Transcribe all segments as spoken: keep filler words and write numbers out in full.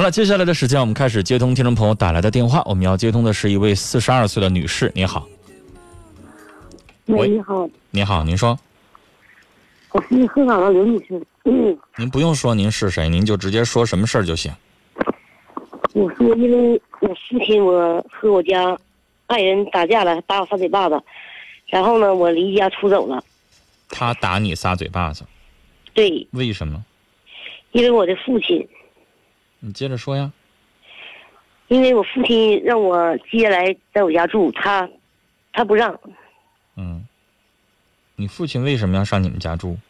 好了，接下来的时间我们开始接通听众朋友打来的电话。我们要接通的是一位四十二岁的女士，你好。 喂，你好。 你好，您说。 我是鹤岗的刘女士。嗯。 您不用说您是谁，您就直接说什么事儿就行。 我说，因为我父亲我和我家爱人打架了，打我撒嘴巴子，然后呢，我离家出走了。 他打你撒嘴巴子？ 对。 为什么？ 因为我的父亲。 你接着说呀。 因为我父亲让我接来在我家住，他他不让。 嗯。你父亲为什么要上你们家住？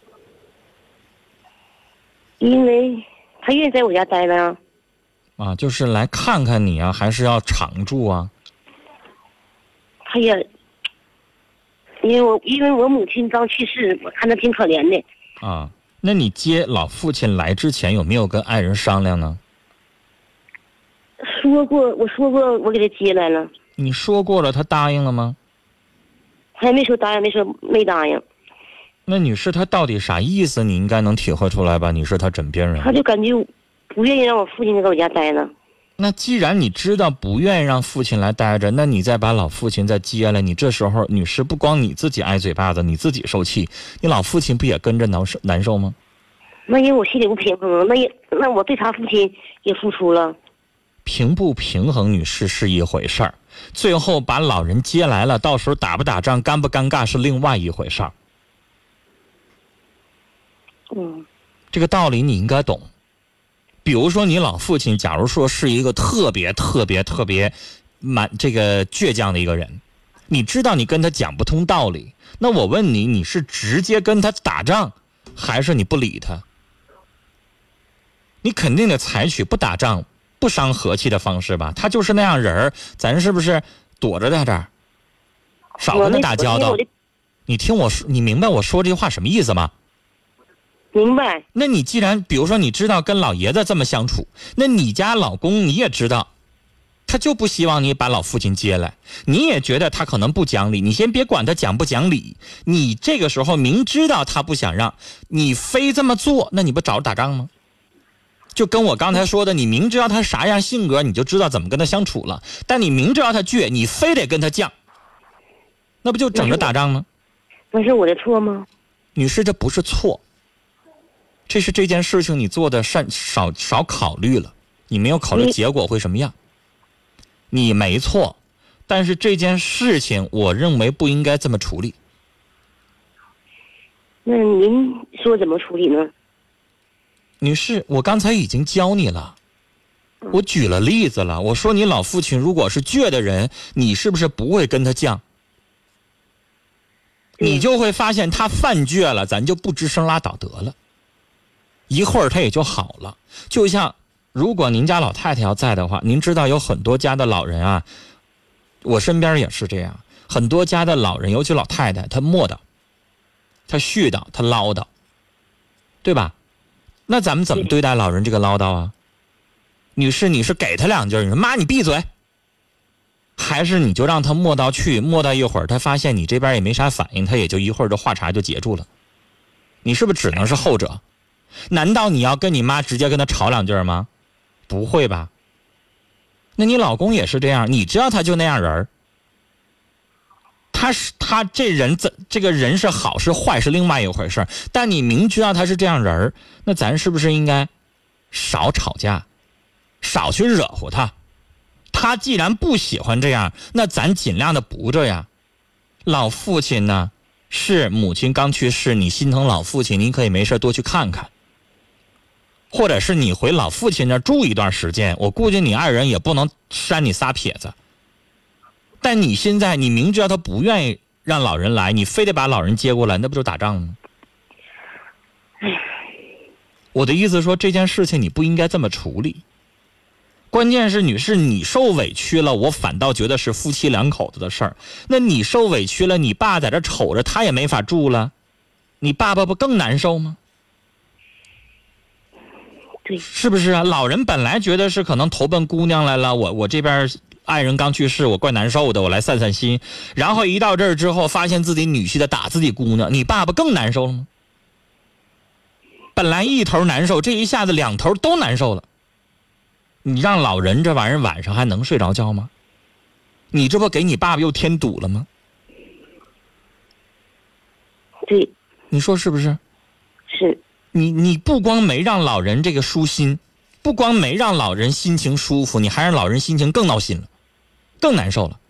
因为他愿意在我家待着啊。 啊，就是来看看你啊，还是要常住啊？ 他也，因为我因为我母亲刚去世，我看他挺可怜的。 啊，那你接老父亲来之前有没有跟爱人商量呢？ 说过，我说过我给他接来了。 你说过了，他答应了吗？ 他也没说答应，没说没答应。 那女士，她到底啥意思？你应该能体会出来吧？你是她枕边人。 他就感觉不愿意让我父亲在我家待呢。 那既然你知道不愿意让父亲来待着，那你再把老父亲再接来，你这时候女士不光你自己挨嘴巴子，你自己受气，你老父亲不也跟着难受难受吗？ 那因为我心里不平衡啊，那也那我对他父亲也付出了。 平不平衡，女士是一回事儿，最后把老人接来了，到时候打不打仗、尴不尴尬是另外一回事儿。 嗯， 这个道理你应该懂。比如说你老父亲假如说是一个特别特别特别蛮这个倔强的一个人，你知道你跟他讲不通道理，那我问你，你是直接跟他打仗还是你不理他？你肯定得采取不打仗不伤和气的方式吧，他就是那样人儿，咱是不是躲着在这儿少跟他打交道？你听我说，你明白我说这句话什么意思吗？ 明白。 那你既然比如说你知道跟老爷子这么相处，那你家老公你也知道他就不希望你把老父亲接来，你也觉得他可能不讲理，你先别管他讲不讲理，你这个时候明知道他不想让你非这么做，那你不找着打仗吗？就跟我刚才说的，你明知道他啥样性格，你就知道怎么跟他相处了，但你明知道他倔，你非得跟他犟，那不就整着打仗吗？ 那是我的错吗？ 女士，这不是错，这是这件事情你做的善少少考虑了，你没有考虑结果会什么样。你没错，但是这件事情我认为不应该这么处理。 那您说怎么处理呢？ 女士，我刚才已经教你了，我举了例子了，我说你老父亲如果是倔的人，你是不是不会跟他犟？你就会发现他犯倔了，咱就不吱声拉倒得了，一会儿他也就好了。就像如果您家老太太要在的话，您知道有很多家的老人啊，我身边也是这样，很多家的老人尤其老太太，她磨叨，她絮叨，她唠叨，对吧？那咱们怎么对待老人这个唠叨啊？女士，你是给他两句，你说妈你闭嘴，还是你就让他磨叨去，磨叨一会儿他发现你这边也没啥反应，他也就一会儿这话茬就结住了。你是不是只能是后者？难道你要跟你妈直接跟他吵两句吗？不会吧。那你老公也是这样，你知道他就那样人，他是他这人这这个人是好是坏是另外一回事，但你明知道他是这样人，那咱是不是应该少吵架，少去惹乎他？他既然不喜欢这样，那咱尽量的不这样。老父亲呢，是母亲刚去世，你心疼老父亲，你可以没事多去看看，或者是你回老父亲那住一段时间，我估计你爱人也不能扇你仨撇子。但你现在你明知道他不愿意让老人来，你非得把老人接过来，那不就打仗吗？我的意思说，这件事情你不应该这么处理。关键是女士，你受委屈了，我反倒觉得是夫妻两口子的事儿。那你受委屈了，你爸在这瞅着，他也没法住了，你爸爸不更难受吗？ 对， 是不是啊？老人本来觉得是可能投奔姑娘来了，我我这边爱人刚去世，我怪难受的，我来散散心。然后一到这儿之后，发现自己女婿的打自己姑娘，你爸爸更难受了吗？本来一头难受，这一下子两头都难受了。 你让老人这玩意儿晚上还能睡着觉吗？你这不给你爸爸又添堵了吗？ 对， 你说是不是？ 是。 你你不光没让老人这个舒心，不光没让老人心情舒服，你还让老人心情更闹心了，更难受了。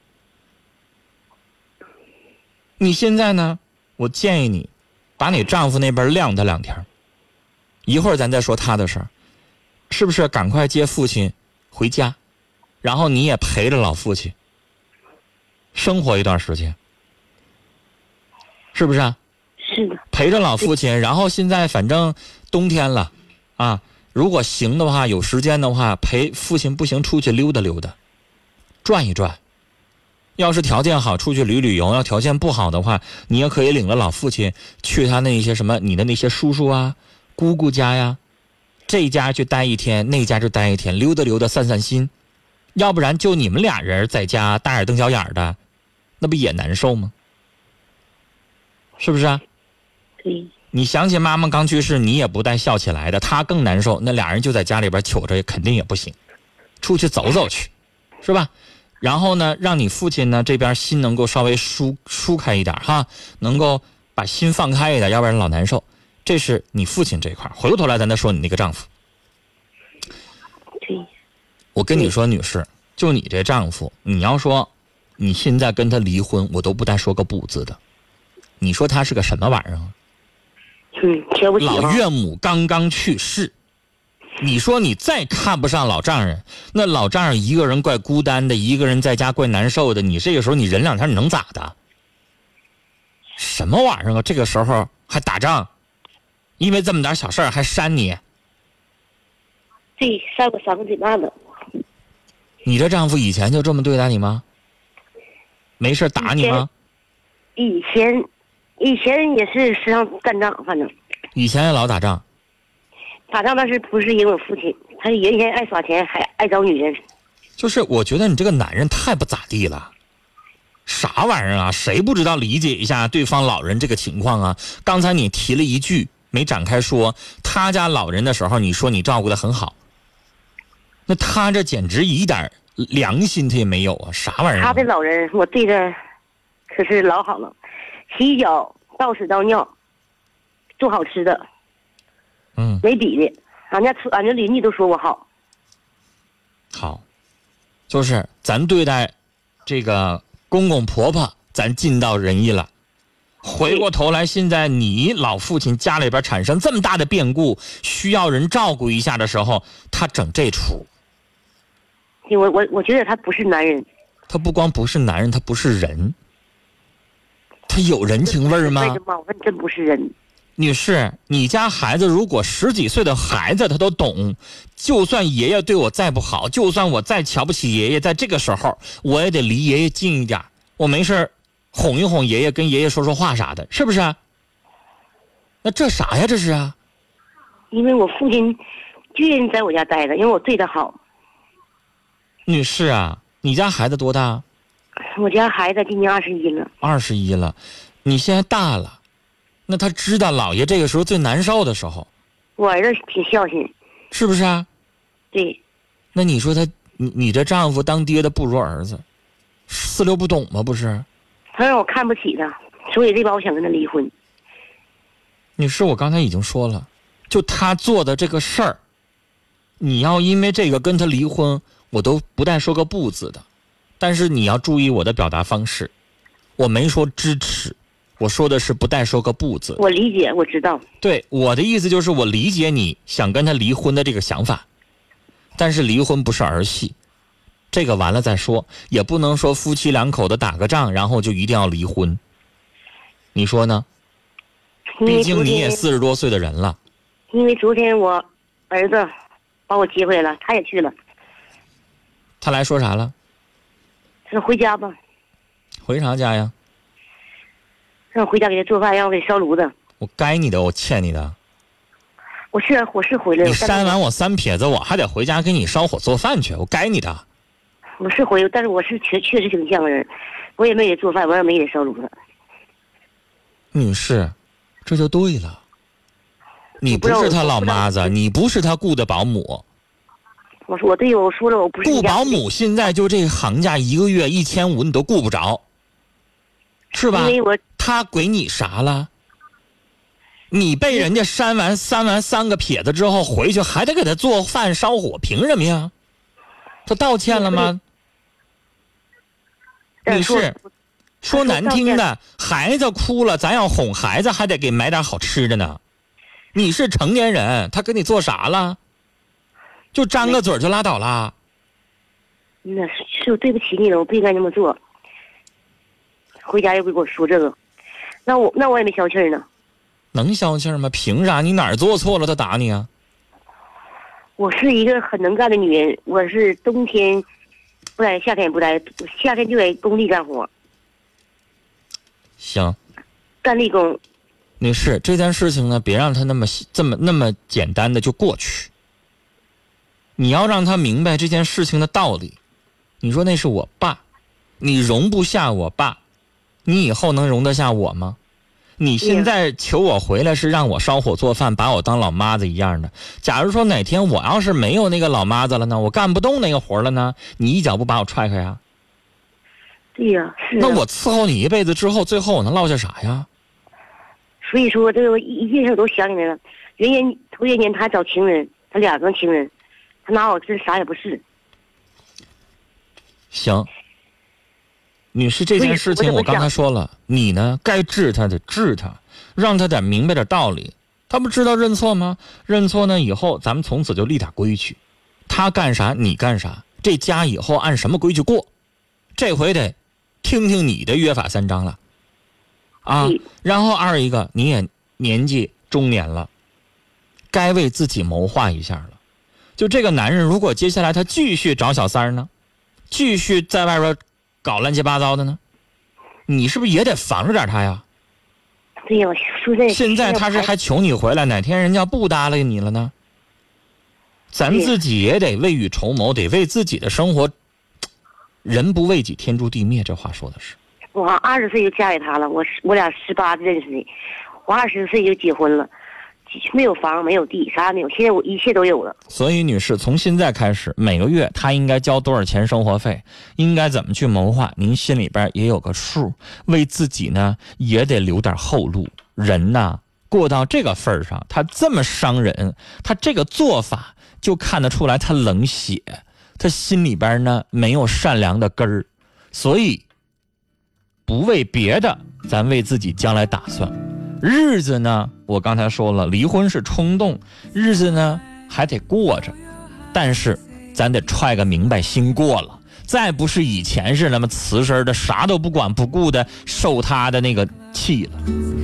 你现在呢，我建议你把你丈夫那边晾他两天，一会儿咱再说他的事儿，是不是赶快接父亲回家，然后你也陪着老父亲生活一段时间，是不是啊？ 是的。 陪着老父亲，然后现在反正冬天了啊，如果行的话，有时间的话，陪父亲不行出去溜达溜达，转一转。要是条件好，出去旅旅游；要条件不好的话，你也可以领着老父亲去他那些什么你的那些叔叔啊、姑姑家呀，这家去待一天，那家就待一天，溜达溜达，散散心。要不然就你们俩人在家大眼瞪小眼的，那不也难受吗？是不是啊？ 对。 你想起妈妈刚去世，你也不带笑起来的，她更难受。那俩人就在家里边糗着，肯定也不行。出去走走去，是吧？然后呢，让你父亲呢这边心能够稍微舒舒开一点哈，能够把心放开一点，要不然老难受。这是你父亲这块。回过头来，咱再说你那个丈夫。 对。 我跟你说，女士，就你这丈夫，你要说你现在跟他离婚，我都不带说个不字的。你说他是个什么玩意儿啊？ 嗯，瞧不起。 老岳母刚刚去世。你说你再看不上老丈人，那老丈人一个人怪孤单的，一个人在家怪难受的，你这个时候你忍两天你能咋的？什么玩意儿啊？这个时候还打仗，因为这么点小事儿还扇你？ 对，扇我三个嘴巴子。 你这丈夫以前就这么对待你吗？没事打你吗？ 以前，以前也是时常干仗，反正。 以前也老打仗。 打仗，但是不是因为我父亲，他是原先爱耍钱，还爱找女人。 就是我觉得你这个男人太不咋地了，啥玩意儿啊？谁不知道理解一下对方老人这个情况啊？刚才你提了一句没展开说，他家老人的时候，你说你照顾得很好，那他这简直一点良心他也没有啊！啥玩意儿、啊？ 他的老人我对着可是老好了，洗脚、倒屎倒尿，做好吃的。 嗯， 没比的，俺家俺家邻居都说我好。 好，就是咱对待这个公公婆婆，咱尽到仁义了。回过头来，现在你老父亲家里边产生这么大的变故，需要人照顾一下的时候，他整这出。 我我我觉得他不是男人。 他不光不是男人，他不是人。他有人情味吗？ 我问，真不是人。 女士，你家孩子如果十几岁的孩子他都懂，就算爷爷对我再不好，就算我再瞧不起爷爷，在这个时候我也得离爷爷近一点，我没事哄一哄爷爷，跟爷爷说说话啥的，是不是？那这啥呀这是啊？ 因为我父亲就愿意在我家待着，因为我对他好。 女士啊，你家孩子多大？ 我家孩子今年二十一了。 二十一了，你现在大了。那他知道姥爷这个时候最难受的时候。 我儿子挺孝心， 是不是啊？ 对。 那你说他，你你这丈夫当爹的不如儿子，四六不懂吗？不是。 他让我看不起他，所以这把我想跟他离婚。 女士，我刚才已经说了，就他做的这个事儿，你要因为这个跟他离婚，我都不带说个不字的。但是你要注意我的表达方式，我没说支持。我说的是不带说个不字。 我理解，我知道。 对，我的意思就是我理解你想跟他离婚的这个想法，但是离婚不是儿戏，这个完了再说，也不能说夫妻两口子打个仗，然后就一定要离婚。你说呢？毕竟你也四十多岁的人了。 因为昨天我儿子把我接回来了，他也去了。 他来说啥了？ 他说回家吧。 回啥家呀？ 让我回家给他做饭，让我给烧炉子。 我该你的，我欠你的。 我是我是回来了。 你扇完我三撇子，我还得回家给你烧火做饭去，我该你的。 我是回，但是我是确确实挺像个人，我也没给做饭，我也没给烧炉子。 女士，这就对了。你不是他老妈子，你不是他雇的保姆。 我说我对我说了我不是雇保姆，现在就这行价一个月一千五，你都顾不着，是吧？ 因为我他给你啥了？你被人家扇完扇完三个撇子之后，回去还得给他做饭烧火，凭什么呀？他道歉了吗？你是说难听的，孩子哭了，咱要哄孩子，还得给买点好吃的呢。你是成年人，他给你做啥了？就张个嘴就拉倒了。 那是我对不起你了，我不应该那么做。回家又给我说这个，那我那我也没消气呢。 能消气吗？凭啥？你哪儿做错了他打你啊？ 我是一个很能干的女人，我是冬天不来，夏天也不来，夏天就在工地干活。 行， 干力工。 女士，这件事情呢，别让他那么这么那么简单的就过去。你要让他明白这件事情的道理。你说那是我爸，你容不下我爸，你以后能容得下我吗？你现在求我回来是让我烧火做饭，把我当老妈子一样的。假如说哪天我要是没有那个老妈子了呢，我干不动那个活了呢，你一脚不把我踹开呀？ 对呀，是。 那我伺候你一辈子之后，最后我能落下啥呀？ 所以说，这个一一件事我都想起来了。元年头元年他还找情人，他俩个情人，他拿我这啥也不是。 行，女士，这件事情我刚才说了，你呢该治他得治他，让他点明白点道理。他不知道认错吗？认错呢以后咱们从此就立点规矩，他干啥你干啥，这家以后按什么规矩过，这回得听听你的约法三章了啊。然后二一个，你也年纪中年了，该为自己谋划一下了。就这个男人如果接下来他继续找小三儿呢，继续在外边搞乱七八糟的呢，你是不是也得防着点他呀？ 对呀，说这现在他是还求你回来，哪天人家不搭理你了呢？咱自己也得未雨绸缪，得为自己的生活。人不为己，天诛地灭，这话说的是。 我二十岁就嫁给他了，我我俩十八认识的，我二十岁就结婚了，没有房没有地啥也没有，现在我一切都有了。 所以女士，从现在开始，每个月他应该交多少钱生活费，应该怎么去谋划，您心里边也有个数，为自己呢也得留点后路。人呐过到这个份上，他这么伤人，他这个做法就看得出来他冷血，他心里边呢没有善良的根儿。所以不为别的，咱为自己将来打算。日子呢我刚才说了，离婚是冲动，日子呢还得过着，但是咱得揣个明白心过了，再不是以前是那么瓷实的啥都不管不顾的受他的那个气了。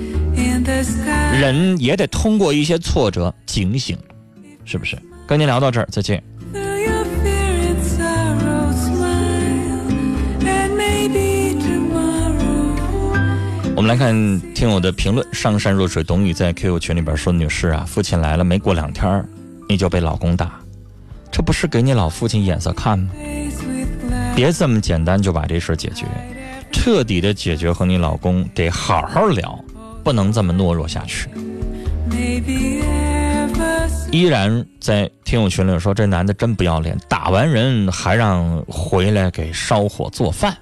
人也得通过一些挫折警醒，是不是？跟您聊到这儿，再见。我们来看听友的评论。上善若水董宇在 Q Q 群里边说，女士啊，父亲来了没过两天你就被老公打，这不是给你老父亲眼色看吗？别这么简单就把这事解决，彻底的解决和你老公得好好聊，不能这么懦弱下去。依然在听友群里说，这男的真不要脸，打完人还让回来给烧火做饭。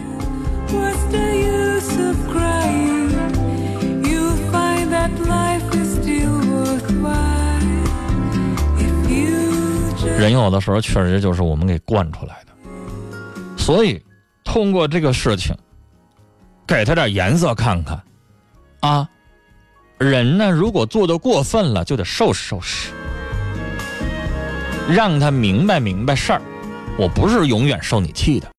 人有的时候确实就是我们给惯出来的，所以通过这个事情给他点颜色看看啊。人呢如果做得过分了，就得收拾收拾，让他明白明白事儿，我不是永远受你气的。